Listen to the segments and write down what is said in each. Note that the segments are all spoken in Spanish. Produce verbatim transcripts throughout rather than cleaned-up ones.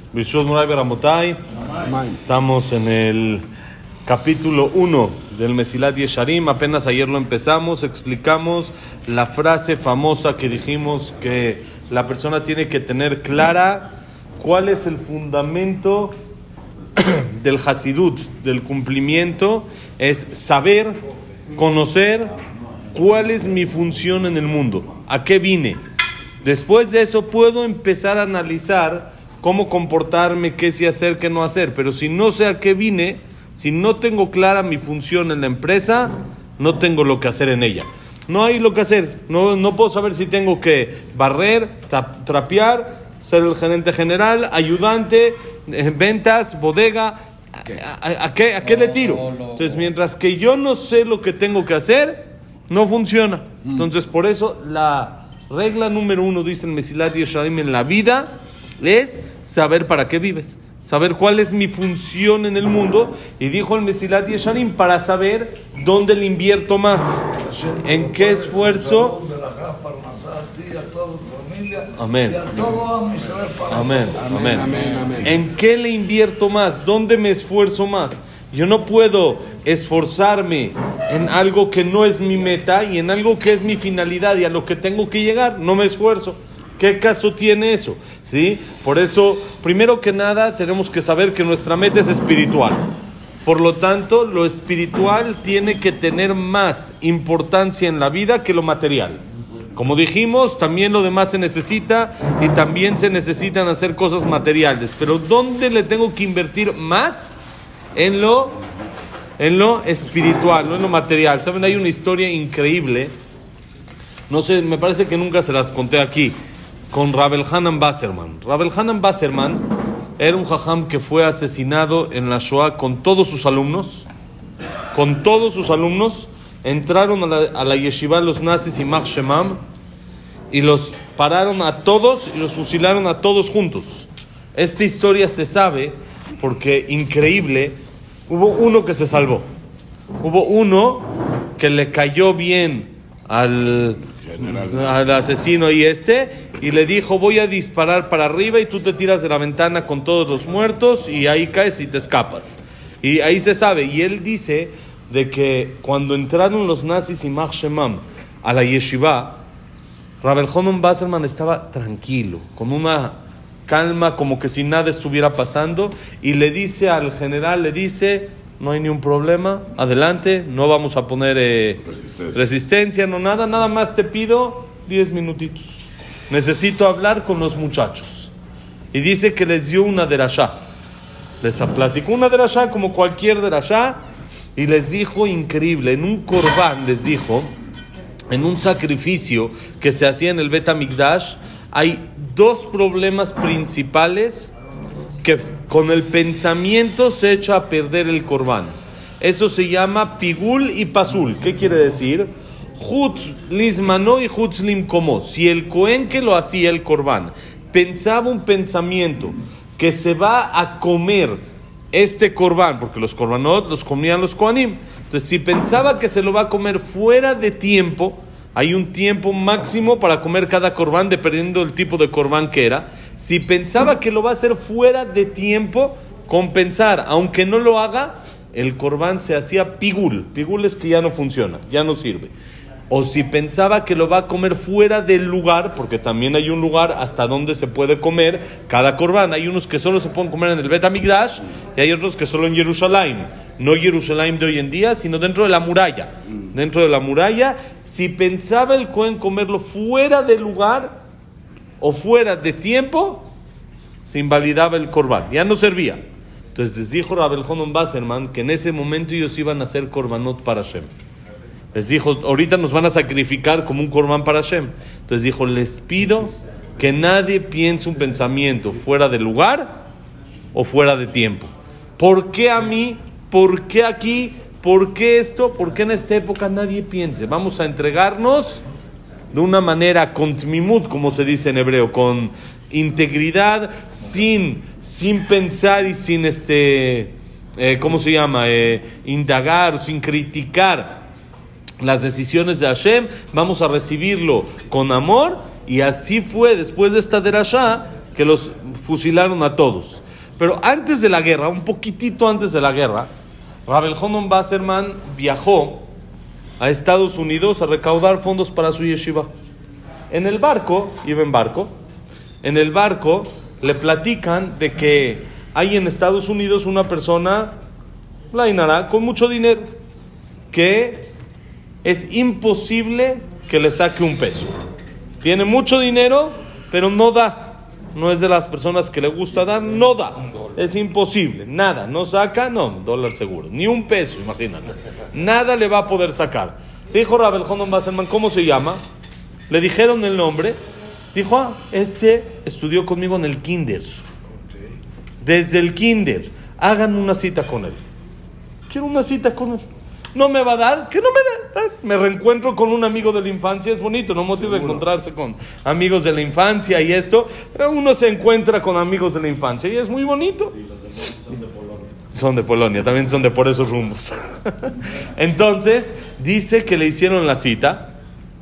Bishot Moray Beramotay. Estamos en el capítulo uno del Mesilat Yesharim. Apenas ayer lo empezamos. Explicamos la frase famosa que dijimos que la persona tiene que tener clara cuál es el fundamento del Hasidut, del cumplimiento. Es saber, conocer cuál es mi función en el mundo, a qué vine. Después de eso puedo empezar a analizar cómo comportarme, qué sí hacer, qué no hacer. Pero si no sé a qué vine, si no tengo clara mi función en la empresa, no tengo lo que hacer en ella. No hay lo que hacer. No, no puedo saber si tengo que barrer, tra- trapear, ser el gerente general, ayudante, eh, ventas, bodega. ¿A, a, a, qué, ¿A qué le tiro? Entonces, mientras que yo no sé lo que tengo que hacer, no funciona. Entonces, por eso la regla número uno, dice el Mesilat Yesharim, en la vida es saber para qué vives, saber cuál es mi función en el mundo. Y dijo el Mesilat Yesharim, para saber dónde le invierto más, en qué esfuerzo. Amén. Amén. Amén. ¿En qué le invierto más? ¿Dónde me esfuerzo más? Yo no puedo esforzarme en algo que no es mi meta y en algo que es mi finalidad y a lo que tengo que llegar, no me esfuerzo. ¿Qué caso tiene eso? ¿Sí? Por eso, primero que nada, tenemos que saber que nuestra meta es espiritual. Por lo tanto, lo espiritual tiene que tener más importancia en la vida que lo material. Como dijimos, también lo demás se necesita y también se necesitan hacer cosas materiales. Pero ¿dónde le tengo que invertir más? En lo, en lo espiritual, no en lo material. ¿Saben? Hay una historia increíble. No sé, me parece que nunca se las conté aquí. Con Rab Elhanan Wasserman. Rab Elhanan Wasserman era un jajam que fue asesinado en la Shoah con todos sus alumnos. Con todos sus alumnos. Entraron a la, a la yeshiva los nazis y Mach Shemam y los pararon a todos y los fusilaron a todos juntos. Esta historia se sabe porque, increíble, hubo uno que se salvó. Hubo uno que le cayó bien al, al asesino y este, y le dijo, voy a disparar para arriba y tú te tiras de la ventana con todos los muertos y ahí caes y te escapas. Y ahí se sabe. Y él dice de que cuando entraron los nazis y Mach Shemam a la yeshiva, Rab Elhanan Wasserman estaba tranquilo, con una calma, como que si nada estuviera pasando, y le dice al general, le dice, no hay ni un problema, adelante, no vamos a poner eh, resistencia. resistencia, no nada, nada más te pido diez minutitos, necesito hablar con los muchachos. Y dice que les dio una derashá, les platicó una derashá como cualquier derashá, y les dijo, increíble, en un corbán les dijo, en un sacrificio que se hacía en el Bet HaMikdash, hay dos problemas principales que con el pensamiento se echa a perder el corbán. Eso se llama pigul y pasul. ¿Qué quiere decir? Chutz lismano y chutz limkomo. Si el cohen que lo hacía el corbán pensaba un pensamiento que se va a comer este corbán, porque los korbanot los comían los kohanim, entonces si pensaba que se lo va a comer fuera de tiempo, hay un tiempo máximo para comer cada corbán dependiendo del tipo de corbán que era. Si pensaba que lo va a hacer fuera de tiempo, compensar, aunque no lo haga, el corbán se hacía pigul. Pigul es que ya no funciona, ya no sirve. O si pensaba que lo va a comer fuera del lugar, porque también hay un lugar hasta donde se puede comer cada corbán. Hay unos que solo se pueden comer en el Bet HaMikdash y hay otros que solo en Jerusalén. No Jerusalén de hoy en día, sino dentro de la muralla. Dentro de la muralla, si pensaba el cohen comerlo fuera del lugar o fuera de tiempo, se invalidaba el corbán, ya no servía. Entonces les dijo Rab Elhanan Wasserman que en ese momento ellos iban a hacer korbanot para Hashem. Les dijo, ahorita nos van a sacrificar como un corbán para Hashem. Entonces dijo, les pido que nadie piense un pensamiento fuera de lugar o fuera de tiempo. ¿Por qué a mí? ¿Por qué aquí? ¿Por qué esto? ¿Por qué en esta época nadie piense? Vamos a entregarnos de una manera con tmimut, como se dice en hebreo, con integridad, sin, sin pensar y sin, este, eh, ¿cómo se llama? Eh, indagar, sin criticar las decisiones de Hashem. Vamos a recibirlo con amor. Y así fue después de esta derashá, que los fusilaron a todos. Pero antes de la guerra, un poquitito antes de la guerra, Rab Elhanan Wasserman viajó a Estados Unidos a recaudar fondos para su yeshiva. En el barco, iba en barco, en el barco le platican de que hay en Estados Unidos una persona, la Inara, con mucho dinero, que es imposible que le saque un peso. Tiene mucho dinero, pero no da. No es de las personas que le gusta dar, no da. Es imposible, nada, no saca, no, dólar seguro, ni un peso, imagínate. Nada le va a poder sacar. Le dijo Rab Elhanan Wasserman, ¿cómo se llama? Le dijeron el nombre. Dijo, ah, este estudió conmigo en el kinder. Desde el kinder. Hagan una cita con él. Quiero una cita con él. ¿No me va a dar? Que no me dé. Me reencuentro con un amigo de la infancia. Es bonito, no motivo de encontrarse con amigos de la infancia y esto. Pero uno se encuentra con amigos de la infancia y es muy bonito. Y los demás son de Polonia. Son de Polonia, también son de por esos rumbos. Entonces, dice que le hicieron la cita,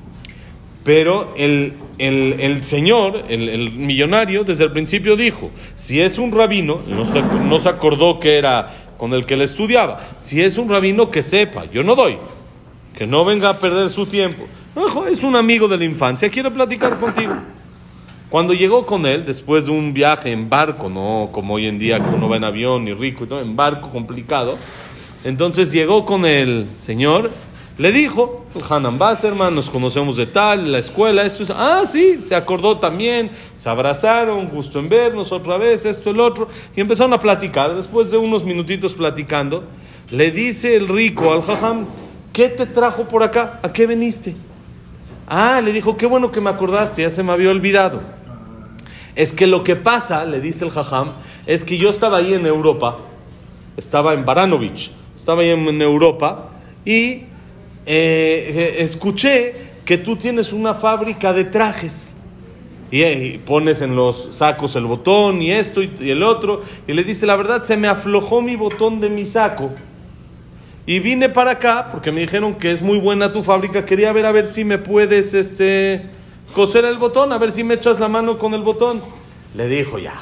pero el, el, el señor, el, el millonario, desde el principio dijo, si es un rabino, no se, no se acordó que era con el que le estudiaba, si es un rabino que sepa, yo no doy, que no venga a perder su tiempo. No, dijo, es un amigo de la infancia, quiere platicar contigo. Cuando llegó con él, después de un viaje en barco, no como hoy en día que uno va en avión y rico y todo, en barco complicado, entonces llegó con el señor, le dijo, Hanan Wasserman, nos conocemos de tal, la escuela, esto es, ah sí, se acordó también, se abrazaron, gusto en vernos otra vez, esto, el otro, y empezaron a platicar. Después de unos minutitos platicando, le dice el rico al jajam, ¿qué te trajo por acá? ¿A qué veniste? Ah, le dijo, qué bueno que me acordaste, ya se me había olvidado. Es que lo que pasa, le dice el jajam, es que yo estaba ahí en Europa, estaba en Baranovich, estaba ahí en, en Europa, y eh, escuché que tú tienes una fábrica de trajes, y, y pones en los sacos el botón, y esto, y, y el otro, y le dice, la verdad, se me aflojó mi botón de mi saco, y vine para acá, porque me dijeron que es muy buena tu fábrica, quería ver a ver si me puedes, este... coser el botón, a ver si me echas la mano con el botón. Le dijo, ya,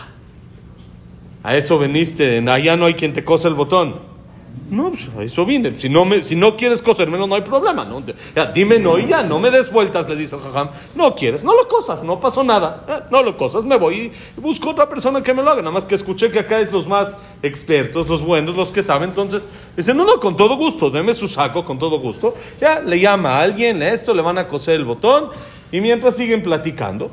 a eso veniste, allá no hay quien te cose el botón. No, pues a eso vine, si no, me, si no quieres cosérmelo no hay problema, ¿no? Ya, dime no y ya, no me des vueltas, le dice el jajam. No quieres, no lo cosas, no pasó nada, eh, no lo cosas, me voy y busco otra persona que me lo haga. Nada más que escuché que acá es los más expertos, los buenos, los que saben. Entonces dice, no, no, con todo gusto, deme su saco, con todo gusto. Ya, le llama a alguien, esto, le van a coser el botón. Y mientras siguen platicando,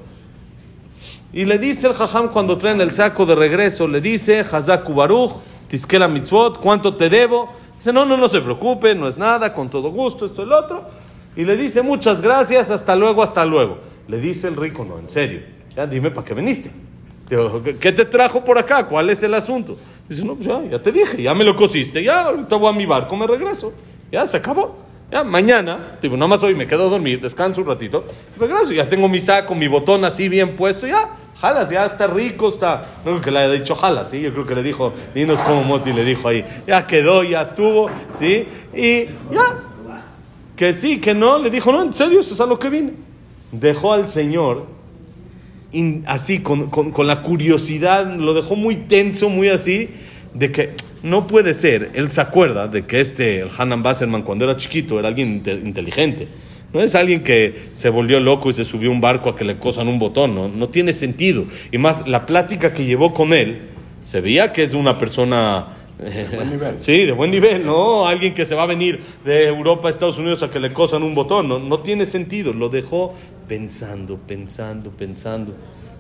y le dice el jajam cuando traen el saco de regreso, le dice, Hazaku Baruch, Tiskela Mitzvot, ¿cuánto te debo? Dice, no, no, no se preocupe, no es nada, con todo gusto, esto y el otro. Y le dice, muchas gracias, hasta luego, hasta luego. Le dice el rico, no, en serio, ya dime para qué veniste. Digo, ¿qué te trajo por acá? ¿Cuál es el asunto? Dice, no, pues ya, ya te dije, ya me lo cosiste, ya ahorita voy a mi barco, me regreso. Ya, se acabó. Ya, mañana, tipo, nada más hoy me quedo a dormir, descanso un ratito, regreso, ya tengo mi saco, mi botón así bien puesto, ya, jalas, ya está rico, está, no creo que le haya dicho jalas, ¿sí? Yo creo que le dijo, dinos cómo Moti le dijo ahí, ya quedó, ya estuvo, ¿sí? Y ya, que sí, que no, le dijo, no, en serio, eso es a lo que vine. Dejó al señor, in, así, con, con, con la curiosidad, lo dejó muy tenso, muy así, de que no puede ser, él se acuerda de que este, el Hanan Wasserman, cuando era chiquito, era alguien inteligente, no es alguien que se volvió loco y se subió a un barco a que le cosan un botón, no, no tiene sentido, y más, la plática que llevó con él, se veía que es una persona, eh, de buen nivel. Sí, de buen nivel, no, alguien que se va a venir de Europa a Estados Unidos a que le cosan un botón, no, no tiene sentido, lo dejó pensando, pensando, pensando,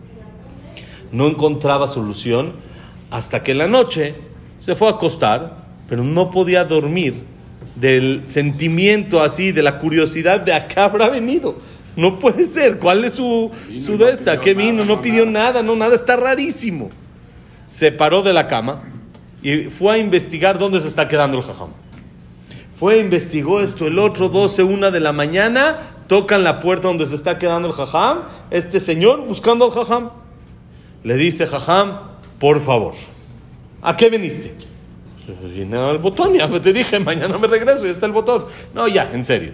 no encontraba solución, hasta que en la noche se fue a acostar, pero no podía dormir del sentimiento así, de la curiosidad de a qué habrá venido. No puede ser, ¿cuál es su, su de esta? ¿Qué vino? No pidió nada, no nada, está rarísimo. Se paró de la cama y fue a investigar dónde se está quedando el jajam. Fue, investigó esto, el otro, doce, una de la mañana, tocan la puerta donde se está quedando el jajam, este señor buscando al jajam. Le dice, jajam, por favor, ¿a qué veniste? Vine al botón, ya te dije, mañana me regreso, ya está el botón. No, ya, en serio.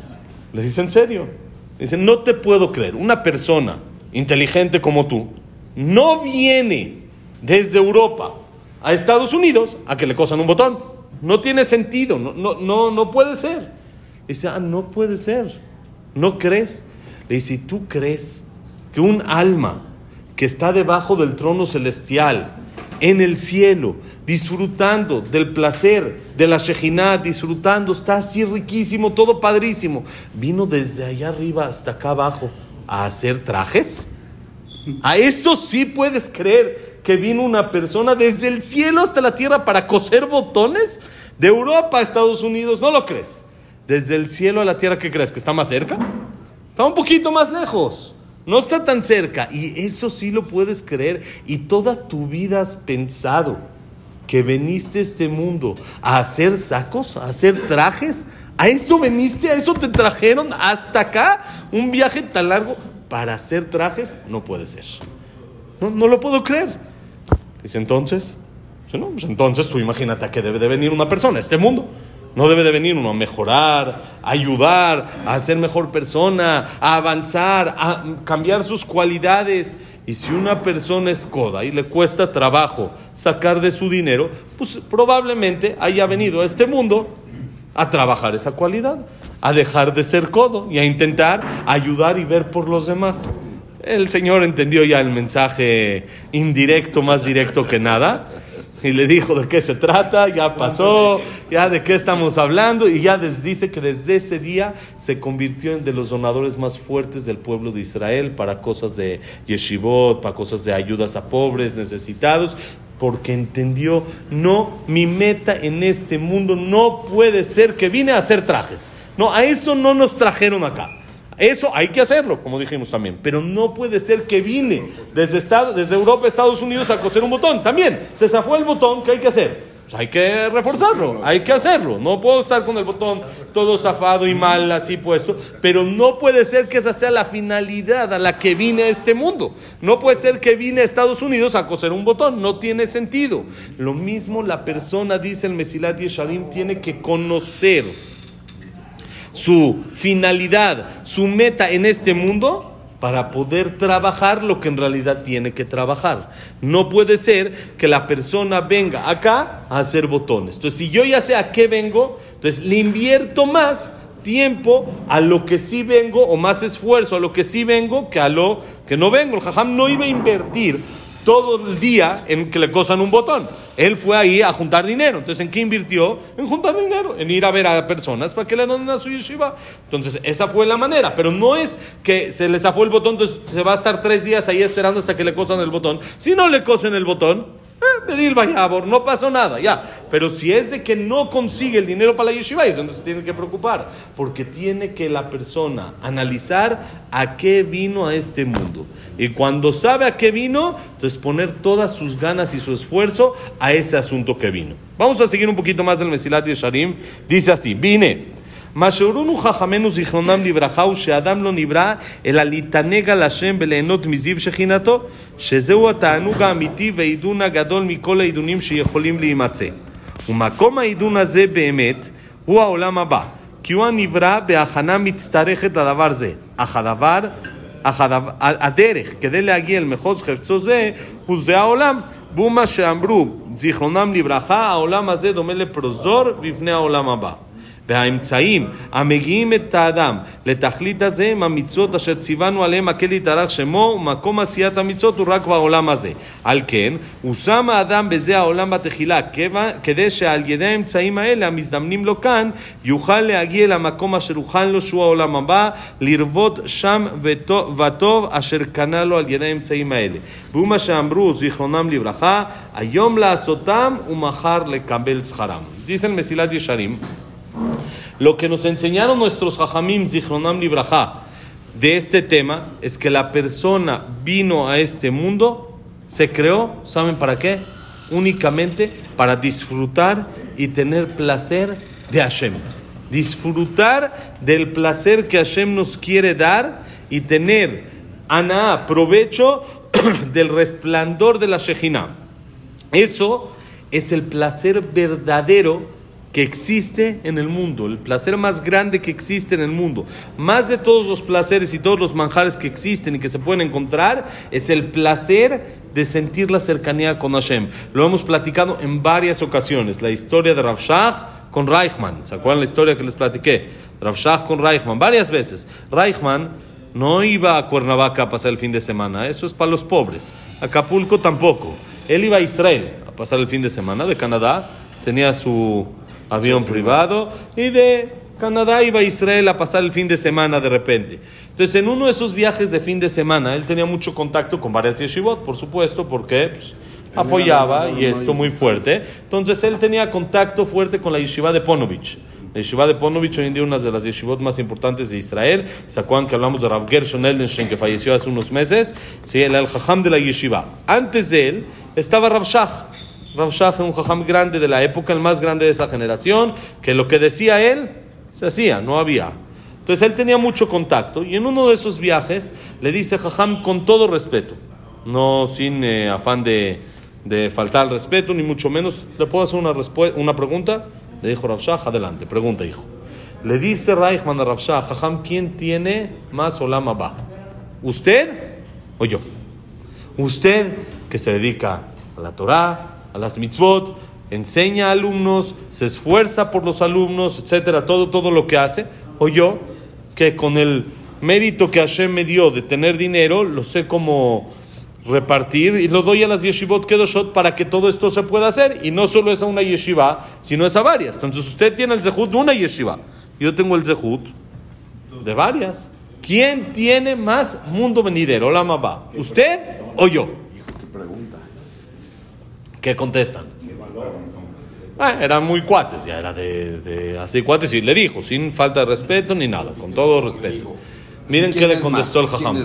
Le dice, ¿en serio? Dice, no te puedo creer, una persona inteligente como tú, no viene desde Europa a Estados Unidos a que le cosan un botón. No tiene sentido, no, no, no, no puede ser. Le dice, ah, no puede ser. ¿No crees? Le dice, ¿tú crees que un alma que está debajo del trono celestial, en el cielo, disfrutando del placer de la Shejinah, disfrutando, está así riquísimo, todo padrísimo, vino desde allá arriba hasta acá abajo a hacer trajes? ¿A eso sí puedes creer que vino una persona desde el cielo hasta la tierra para coser botones? De Europa a Estados Unidos, ¿no lo crees? Desde el cielo a la tierra, ¿qué crees? ¿Que está más cerca? Está un poquito más lejos, no está tan cerca. Y eso sí lo puedes creer. Y toda tu vida has pensado que veniste a este mundo a hacer sacos, a hacer trajes. ¿A eso veniste? ¿A eso te trajeron hasta acá? ¿Un viaje tan largo para hacer trajes? No puede ser. No, no lo puedo creer. Dice, entonces, no, pues entonces tú imagínate a qué debe de venir una persona a este mundo. No debe de venir uno a mejorar, a ayudar, a ser mejor persona, a avanzar, a cambiar sus cualidades. Y si una persona es coda y le cuesta trabajo sacar de su dinero, pues probablemente haya venido a este mundo a trabajar esa cualidad, a dejar de ser codo y a intentar ayudar y ver por los demás. El Señor entendió ya el mensaje indirecto, más directo que nada. Y le dijo de qué se trata, ya pasó, ya de qué estamos hablando, y ya les dice que desde ese día se convirtió en de los donadores más fuertes del pueblo de Israel para cosas de yeshivot, para cosas de ayudas a pobres, necesitados, porque entendió, no, mi meta en este mundo no puede ser que vine a hacer trajes. No, a eso no nos trajeron acá. Eso hay que hacerlo, como dijimos también, pero no puede ser que vine desde, Estado, desde Europa a Estados Unidos a coser un botón. También se zafó el botón, ¿qué hay que hacer? Pues hay que reforzarlo, hay que hacerlo. No puedo estar con el botón todo zafado y mal así puesto, pero no puede ser que esa sea la finalidad a la que vine a este mundo. No puede ser que vine a Estados Unidos a coser un botón, no tiene sentido. Lo mismo la persona, dice el Mesilat Yesharim, tiene que conocer su finalidad, su meta en este mundo para poder trabajar lo que en realidad tiene que trabajar. No puede ser que la persona venga acá a hacer botones. Entonces, si yo ya sé a qué vengo, entonces le invierto más tiempo a lo que sí vengo, o más esfuerzo a lo que sí vengo que a lo que no vengo. El jajam no iba a invertir todo el día en que le cosan un botón. Él fue ahí a juntar dinero. Entonces, ¿en qué invirtió? En juntar dinero, en ir a ver a personas para que le donen a su yeshiva. Entonces, esa fue la manera. Pero no es que se le zafó el botón, entonces se va a estar tres días ahí esperando hasta que le cosan el botón. Si no le cosen el botón, eh, pedir vayabor, no pasó nada, ya. Pero si es de que no consigue el dinero para la yeshiva, es donde se tiene que preocupar. Porque tiene que la persona analizar a qué vino a este mundo. Y cuando sabe a qué vino, entonces poner todas sus ganas y su esfuerzo a ese asunto que vino. Vamos a seguir un poquito más del Mesilat Yesharim. Dice así, vine. Mashorunu jajamenu zichronam librachau sheadam lo nibra el alitanega lashem beleenot miziv shechinato shezeu התענוג האמיתי והעידון הגדול מכל העידונים שיכולים להימצא. ומקום העידון הזה באמת הוא העולם הבא, כי הוא הנברא בהכנה מצטרכת לדבר זה. אך הדבר, אך הדבר, הדרך כדי להגיע אל מחוז חפצו זה הוא זה העולם. והוא מה שאמרו זיכרונם לברכה, העולם הזה דומה לפרוזור בפני העולם הבא. והאמצעים המגיעים את האדם לתכלית הזה הם המצוות אשר ציוונו עליהם הקל יתארך שמו, ומקום עשיית המצוות הוא רק בעולם הזה. על כן, הוא שם האדם בזה העולם בתחילה, כדי שעל ידי האמצעים האלה המזדמנים לו כאן, יוכל להגיע למקום אשר הוכן לו שהוא העולם הבא, לרבות שם וטוב אשר קנה לו על ידי האמצעים האלה. והוא מה שאמרו זיכרונם לברכה, היום לעשותם ומחר לקבל שכרם. Dice el Mesilat Yesharim, lo que nos enseñaron nuestros jajamim zichronam libraja de este tema es que la persona vino a este mundo, se creó, ¿saben para qué? Únicamente para disfrutar y tener placer de Hashem. Disfrutar del placer que Hashem nos quiere dar y tener aná, provecho del resplandor de la Shejinah. Eso es el placer verdadero que existe en el mundo, el placer más grande que existe en el mundo, más de todos los placeres y todos los manjares que existen y que se pueden encontrar, es el placer de sentir la cercanía con Hashem. Lo hemos platicado en varias ocasiones, la historia de Rav Shach con Reichman. ¿Se acuerdan la historia que les platiqué? Rav Shach con Reichman, varias veces. Reichman no iba a Cuernavaca a pasar el fin de semana, eso es para los pobres. Acapulco tampoco. Él iba a Israel a pasar el fin de semana, de Canadá, tenía su avión privado, y de Canadá iba a Israel a pasar el fin de semana de repente. Entonces, en uno de esos viajes de fin de semana, él tenía mucho contacto con varias yeshivot, por supuesto, porque pues, apoyaba, y esto muy fuerte. Entonces, él tenía contacto fuerte con la yeshiva de Ponovich. La yeshiva de Ponovich hoy en día es una de las yeshivot más importantes de Israel. ¿Se acuerdan que hablamos de Rav Gershon Eldenstein, que falleció hace unos meses? Sí, el al-Jajam de la yeshiva. Antes de él estaba Rav Shach. Rav Shach era un jajam grande de la época, el más grande de esa generación, que lo que decía él, se hacía, no había. Entonces él tenía mucho contacto, y en uno de esos viajes le dice jajam con todo respeto, no sin eh, afán de, de faltar al respeto, ni mucho menos. ¿Le puedo hacer una, respu- una pregunta? Le dijo Rav Shach, adelante, pregunta, hijo. Le dice Reichman a Rav Shach, jajam, ¿quién tiene más olam haba? ¿Usted o yo? Usted, que se dedica a la Torah, a las mitzvot, enseña a alumnos, se esfuerza por los alumnos, etcétera, todo, todo lo que hace, o yo, que con el mérito que Hashem me dio de tener dinero, lo sé cómo repartir y lo doy a las yeshivot kedoshot para que todo esto se pueda hacer, y no solo es a una yeshiva, sino es a varias. Entonces usted tiene el zehut de una yeshiva, yo tengo el zehut de varias. ¿Quién tiene más mundo venidero, olam haba? ¿Usted o yo? ¿Qué contestan? Ah, eran muy cuates, ya era de, de así cuates, y le dijo, sin falta de respeto ni nada, con todo respeto. Miren qué le contestó el jajam.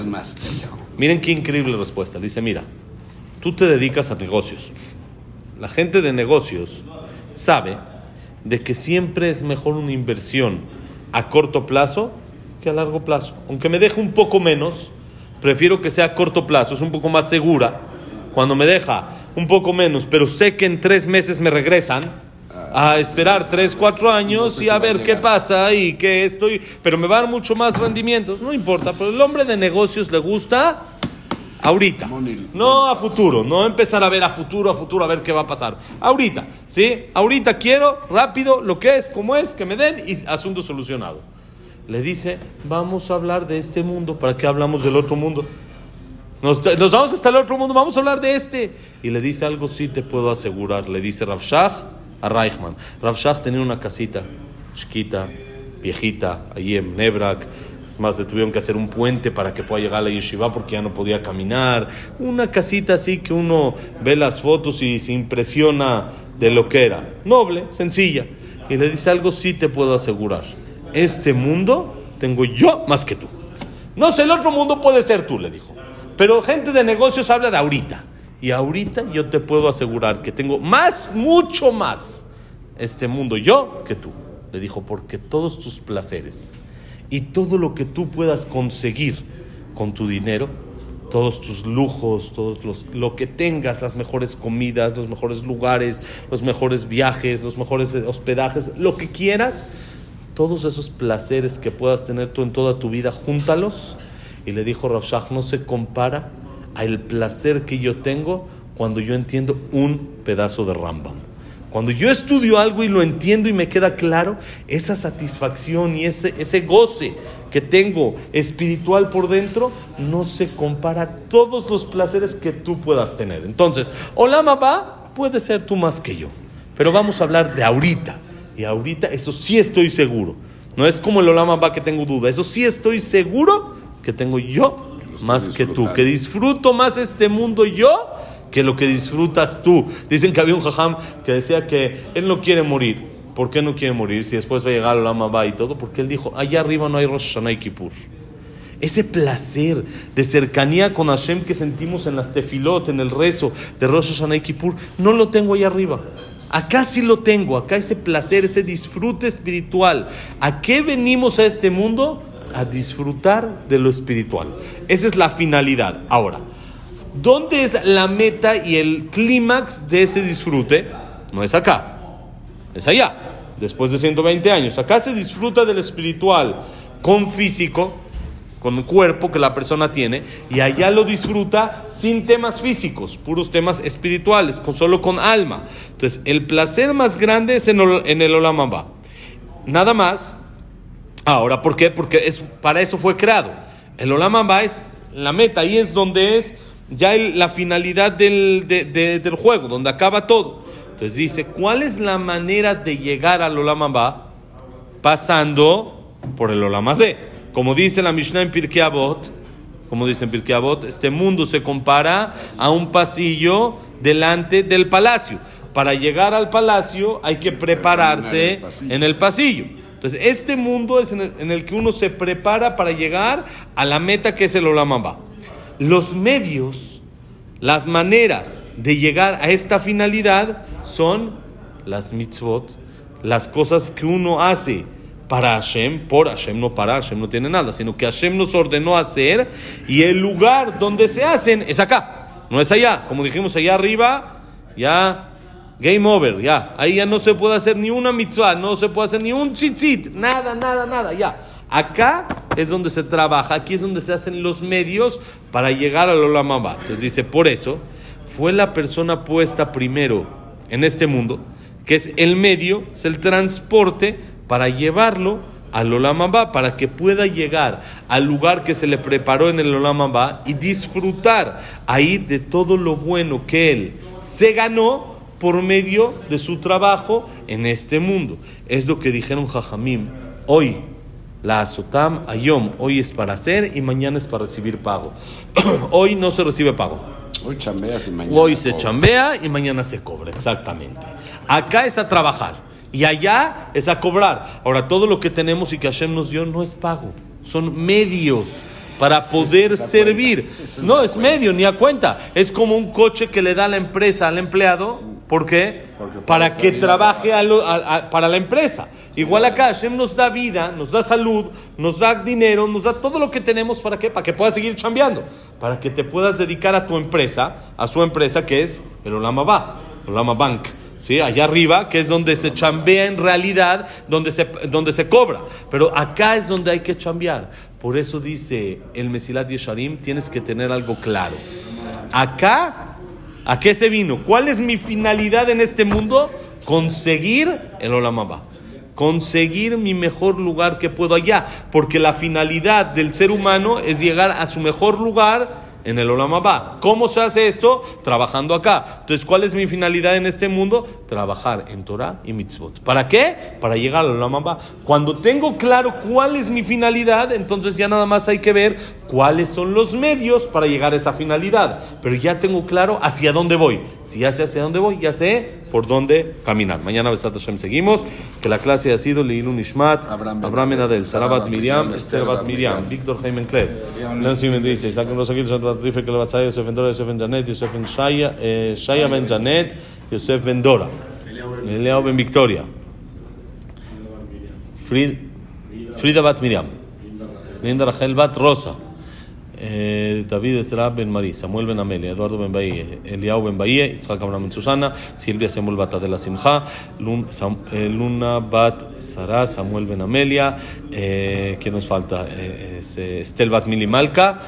Miren qué increíble respuesta. Le dice, mira, tú te dedicas a negocios. La gente de negocios sabe de que siempre es mejor una inversión a corto plazo que a largo plazo. Aunque me deje un poco menos, prefiero que sea a corto plazo, es un poco más segura. Cuando me deja un poco menos, pero sé que en tres meses me regresan, a esperar tres, cuatro años y a ver qué pasa y qué estoy, pero me va a dar mucho más rendimientos, no importa. Pero el hombre de negocios le gusta ahorita, no a futuro, no empezar a ver a futuro, a futuro, a ver qué va a pasar. Ahorita, ¿sí? Ahorita quiero, rápido, lo que es, como es, que me den y asunto solucionado. Le dice, vamos a hablar de este mundo, ¿para qué hablamos del otro mundo? Nos, nos vamos hasta el otro mundo, vamos a hablar de este. Y le dice algo, sí te puedo asegurar. Le dice Rav Shach a Reichman. Rav Shach tenía una casita chiquita, viejita, allí en Nebrak. Es más, le tuvieron que hacer un puente para que pueda llegar a la yeshiva porque ya no podía caminar. Una casita así que uno ve las fotos y se impresiona de lo que era. Noble, sencilla. Y le dice algo, sí te puedo asegurar. Este mundo tengo yo más que tú. No sé, el otro mundo puede ser tú, le dijo. Pero gente de negocios habla de ahorita. Y ahorita yo te puedo asegurar que tengo más, mucho más este mundo yo que tú. Le dijo, porque todos tus placeres y todo lo que tú puedas conseguir con tu dinero, todos tus lujos, todos los, lo que tengas, las mejores comidas, los mejores lugares, los mejores viajes, los mejores hospedajes, lo que quieras, todos esos placeres que puedas tener tú en toda tu vida, júntalos. Y le dijo Rav Shach, no se compara al placer que yo tengo cuando yo entiendo un pedazo de Rambam. Cuando yo estudio algo y lo entiendo y me queda claro, esa satisfacción y ese, ese goce que tengo espiritual por dentro, no se compara a todos los placeres que tú puedas tener. Entonces, olam haba puede ser tú más que yo, pero vamos a hablar de ahorita. Y ahorita eso sí estoy seguro. No es como el olam haba que tengo duda, eso sí estoy seguro que tengo yo más que tú, que disfruto más este mundo yo que lo que disfrutas tú. Dicen que había un jajam que decía que él no quiere morir. ¿Por qué no quiere morir? Si después va a llegar al olam haba y todo, porque él dijo, allá arriba no hay Rosh Hashanah y Kippur. Ese placer de cercanía con Hashem que sentimos en las tefilot, en el rezo de Rosh Hashanah y Kippur, no lo tengo allá arriba. Acá sí lo tengo, acá ese placer, ese disfrute espiritual. ¿A qué venimos a este mundo? A disfrutar de lo espiritual. Esa es la finalidad. Ahora, ¿dónde es la meta y el clímax de ese disfrute? No es acá, es allá. después de ciento veinte años. Acá se disfruta del espiritual con físico, con el cuerpo que la persona tiene, y allá lo disfruta sin temas físicos, puros temas espirituales, con, solo con alma. Entonces, el placer más grande es en, en el Olam Haba. Nada más. Ahora, ¿por qué? Porque es, para eso fue creado. El Olam Haba es la meta, ahí es donde es ya el, la finalidad del, de, de, del juego, donde acaba todo. Entonces dice, ¿cuál es la manera de llegar al Olam Haba? Pasando por el Olam Hazé. Como dice la Mishnah en Pirkei Avot, como dice en Pirkei Avot, este mundo se compara a un pasillo delante del palacio. Para llegar al palacio hay que prepararse en el pasillo. En el pasillo. Entonces, este mundo es en el, en el que uno se prepara para llegar a la meta que es el Olam Haba. Los medios, las maneras de llegar a esta finalidad son las mitzvot, las cosas que uno hace para Hashem, por Hashem, no para Hashem, no tiene nada, sino que Hashem nos ordenó hacer, y el lugar donde se hacen es acá, no es allá. Como dijimos, allá arriba, ya... Game over, ya. Ahí ya no se puede hacer ni una mitzvah, no se puede hacer ni un tzitzit, nada, nada, nada, ya. Acá es donde se trabaja, aquí es donde se hacen los medios para llegar al Olam Haba. Entonces dice, por eso fue la persona puesta primero en este mundo, que es el medio, es el transporte para llevarlo al Olam Haba, para que pueda llegar al lugar que se le preparó en el Olam Haba y disfrutar ahí de todo lo bueno que él se ganó por medio de su trabajo en este mundo. Es lo que dijeron Jajamim. Hoy, la azotam ayom, hoy es para hacer y mañana es para recibir pago. Hoy no se recibe pago. Hoy chambeas y mañana Hoy se cobras. chambea y mañana se cobra, exactamente. Acá es a trabajar y allá es a cobrar. Ahora, todo lo que tenemos y que Hashem nos dio no es pago, son medios para poder es, servir. Es no, es cuenta. Medio, ni a cuenta. Es como un coche que le da la empresa al empleado. ¿Por qué? Para que trabaje a lo, a, a, para la empresa. Sí, igual acá, Hashem nos da vida, nos da salud, nos da dinero, nos da todo lo que tenemos. ¿Para qué? Para que puedas seguir chambeando. Para que te puedas dedicar a tu empresa, a su empresa, que es el Olam Haba, el Olam Bank. ¿Sí? Allá arriba, que es donde se chambea en realidad, donde se, donde se cobra. Pero acá es donde hay que chambear. Por eso dice el Mesilat Yesharim, tienes que tener algo claro. Acá... ¿A qué se vino? ¿Cuál es mi finalidad en este mundo? Conseguir el Olam Haba. Conseguir mi mejor lugar que puedo allá. Porque la finalidad del ser humano es llegar a su mejor lugar en el Olam Haba. ¿Cómo se hace esto? Trabajando acá. Entonces, ¿cuál es mi finalidad en este mundo? Trabajar en Torah y Mitzvot. ¿Para qué? Para llegar al Olam Haba. Cuando tengo claro cuál es mi finalidad, entonces ya nada más hay que ver cuáles son los medios para llegar a esa finalidad. Pero ya tengo claro hacia dónde voy. Si ya sé hacia dónde voy, ya sé por dónde caminar. Mañana, Besat Hashem, seguimos. Que la clase ha sido Leilun Nishmat, Abraham Ben Adel, Sara Bat Miriam, Esther Bat Miriam, Víctor Jaime Cleb, Nancy Mendice, Isaac Rosaquil, Rife que le Batzaya, Yosef Ben Dora, Yosef Ben Janet, Yosef Ben Shaya, eh, Shaya Ben Janet, Yosef Ben Dora, Eliao Ben Victoria, Frid, Frida Bat Miriam, Linda Rachel Bat Rosa, eh, David Ezra Ben Marí, Samuel Ben Amelia, Eduardo Ben Bahía, Eliao Ben Bahía, Itzhak Abraham Ben Susana, Silvia Samuel Bat Adela Simcha, Lun, Sam, eh, Luna Bat Sara, Samuel Ben Amelia, eh, ¿quién nos falta? Eh, es, eh, Estel Bat Mili Malka,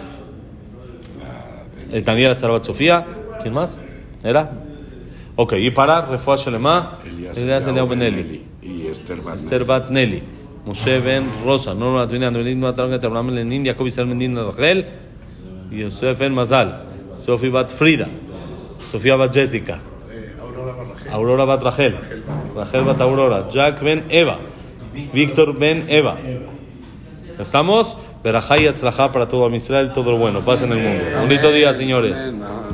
Daniela Sarbat Sofía, ¿quién más? ¿Era? Ok, y para Refuah Shelema, Elías Eliao Ben Eli y Esther Bat Nelly, Moshe Ben Rosa, Norma Bat Vinyan, Benit Matarget, Abraham Lenin, Jacob Israel Mendin Rachel, Yosef Ben Mazal, Sofi Bat Frida, Sofía Bat Jessica, Aurora Bat Rachel, Rachel Bat Aurora, Jack Ben Eva, Víctor Ben Eva. ¿Estamos? Berajá y Atzlajá para todo Israel, todo lo bueno. Paz en el mundo. Bonito día, señores.